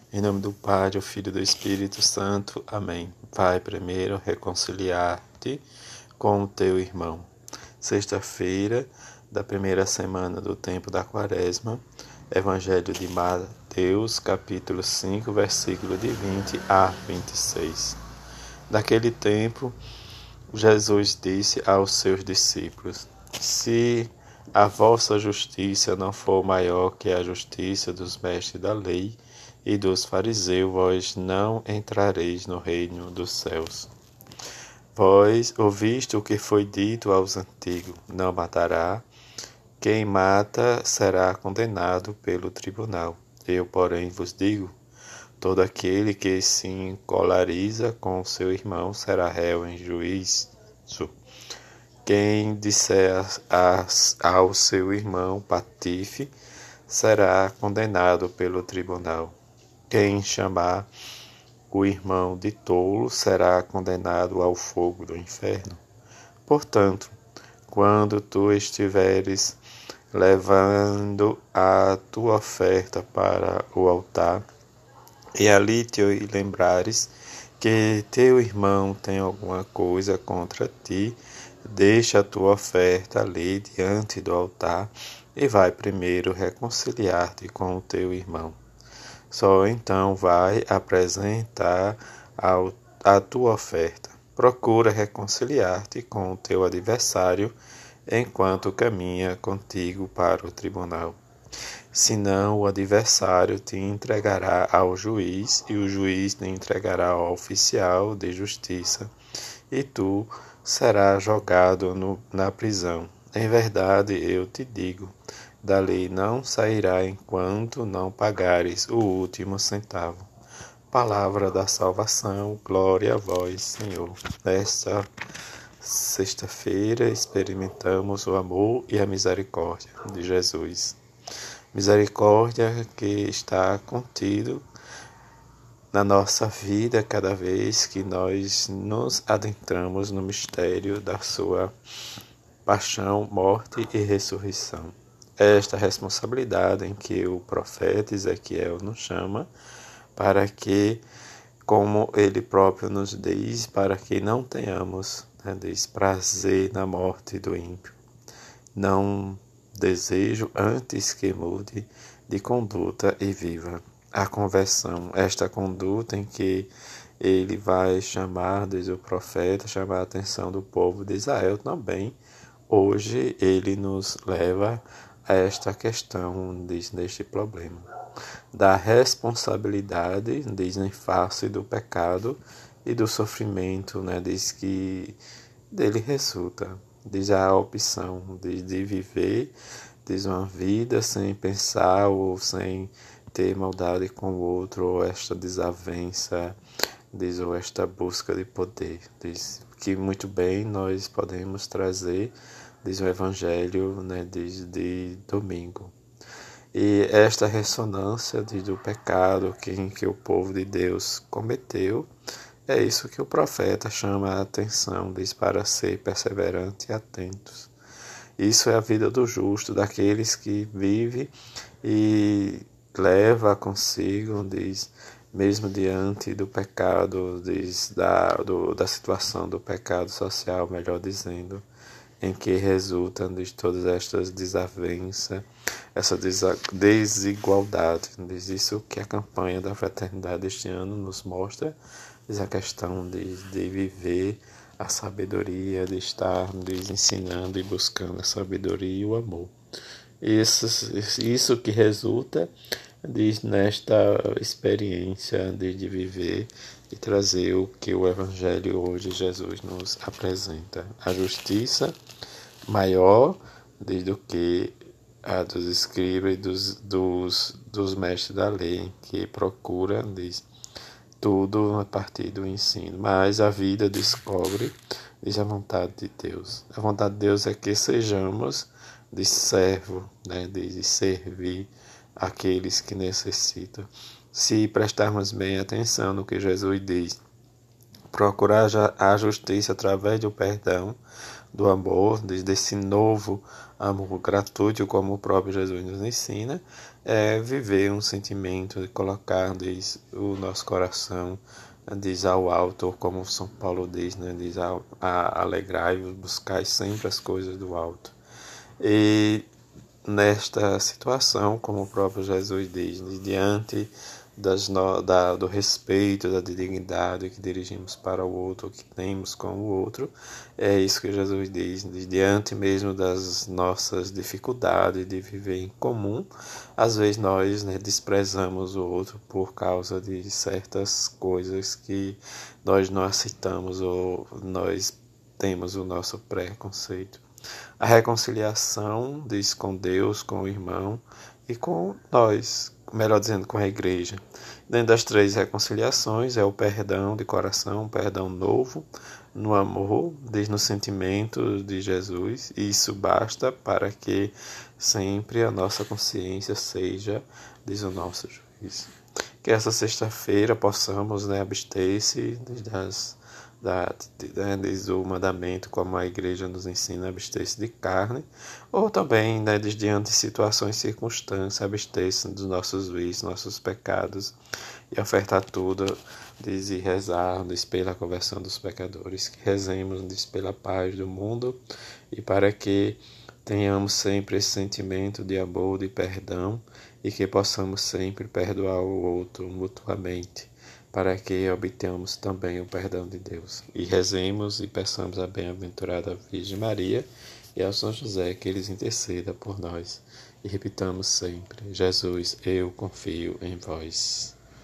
Em nome do Pai, do Filho e do Espírito Santo. Amém. Vai primeiro reconciliar-te com o teu irmão. Sexta-feira da primeira semana do tempo da Quaresma. Evangelho de Mateus, capítulo 5, versículo de 20 a 26. Naquele tempo, Jesus disse aos seus discípulos: Se a vossa justiça não for maior que a justiça dos mestres da lei e dos fariseus, vós não entrareis no reino dos céus. Vós ouviste o que foi dito aos antigos: não matará. Quem mata será condenado pelo tribunal. Eu, porém, vos digo: todo aquele que se encoleriza com seu irmão será réu em juízo. Quem disser ao seu irmão patife será condenado pelo tribunal. Quem chamar o irmão de tolo será condenado ao fogo do inferno. Portanto, quando tu estiveres levando a tua oferta para o altar, e ali te lembrares que teu irmão tem alguma coisa contra ti, deixa a tua oferta ali diante do altar e vai primeiro reconciliar-te com o teu irmão. Só então vai apresentar a tua oferta. Procura reconciliar-te com o teu adversário enquanto caminha contigo para o tribunal. Senão o adversário te entregará ao juiz, e o juiz te entregará ao oficial de justiça, e tu serás jogado na prisão. Em verdade, eu te digo, dali não sairá enquanto não pagares o último centavo. Palavra da salvação, glória a vós, Senhor. Nesta sexta-feira experimentamos o amor e a misericórdia de Jesus. Misericórdia que está contido na nossa vida cada vez que nós nos adentramos no mistério da sua paixão, morte e ressurreição. Esta responsabilidade em que o profeta Ezequiel nos chama para que, como ele próprio nos diz, para que não tenhamos prazer na morte do ímpio. Não desejo antes que mude de conduta e viva a conversão, esta conduta em que ele vai chamar, diz o profeta, chamar a atenção do povo de Israel também. Hoje ele nos leva a esta questão, diz, neste problema, da responsabilidade, diz, em face do pecado e do sofrimento, diz que dele resulta. Diz a opção de viver, diz uma vida sem pensar ou sem ter maldade com o outro, ou esta desavença, diz, ou esta busca de poder. Diz que muito bem nós podemos trazer, diz o Evangelho, diz, de domingo. E esta ressonância do pecado que o povo de Deus cometeu, é isso que o profeta chama a atenção, diz, para ser perseverante e atentos. Isso é a vida do justo, daqueles que vive e leva consigo, diz, mesmo diante do pecado, diz, da situação do pecado social, melhor dizendo, em que resultam de todas estas desavenças, essa desigualdade. Diz isso que a campanha da fraternidade este ano nos mostra, diz a questão de viver a sabedoria, de estar ensinando e buscando a sabedoria e o amor. Isso que resulta, diz, nesta experiência de viver e trazer o que o Evangelho hoje Jesus nos apresenta. A justiça maior do que a dos escribas e dos mestres da lei, que procura, diz, tudo a partir do ensino. Mas a vida descobre, diz, a vontade de Deus. A vontade de Deus é que sejamos de servo, de servir aqueles que necessitam. Se prestarmos bem atenção no que Jesus diz, procurar a justiça através do perdão, do amor, desse novo amor gratuito, como o próprio Jesus nos ensina, é viver um sentimento de colocar o nosso coração diz ao alto, como São Paulo diz, né? Diz alegrai-vos, buscai sempre as coisas do alto. E nesta situação, como o próprio Jesus diz, diante do respeito, da dignidade que dirigimos para o outro, que temos com o outro, é isso que Jesus diz, diante mesmo das nossas dificuldades de viver em comum, às vezes nós, né, desprezamos o outro por causa de certas coisas que nós não aceitamos ou nós temos o nosso preconceito. A reconciliação diz com Deus, com o irmão e com nós, melhor dizendo, com a igreja. Dentro das três reconciliações é o perdão de coração, um perdão novo, no amor, diz no sentimento de Jesus, e isso basta para que sempre a nossa consciência seja, diz o nosso juiz. Que essa sexta-feira possamos, né, abster-se desde o mandamento, como a igreja nos ensina, abster-se de carne, ou também, né, diante de situações e circunstâncias, abster-se dos nossos vícios, nossos pecados, e ofertar tudo, diz, e rezar, diz, pela conversão dos pecadores, que rezemos, diz, pela paz do mundo, e para que tenhamos sempre esse sentimento de amor, de perdão, e que possamos sempre perdoar o outro mutuamente, para que obtenhamos também o perdão de Deus. E rezemos e peçamos a bem-aventurada Virgem Maria e ao São José que eles intercedam por nós. E repitamos sempre: Jesus, eu confio em vós.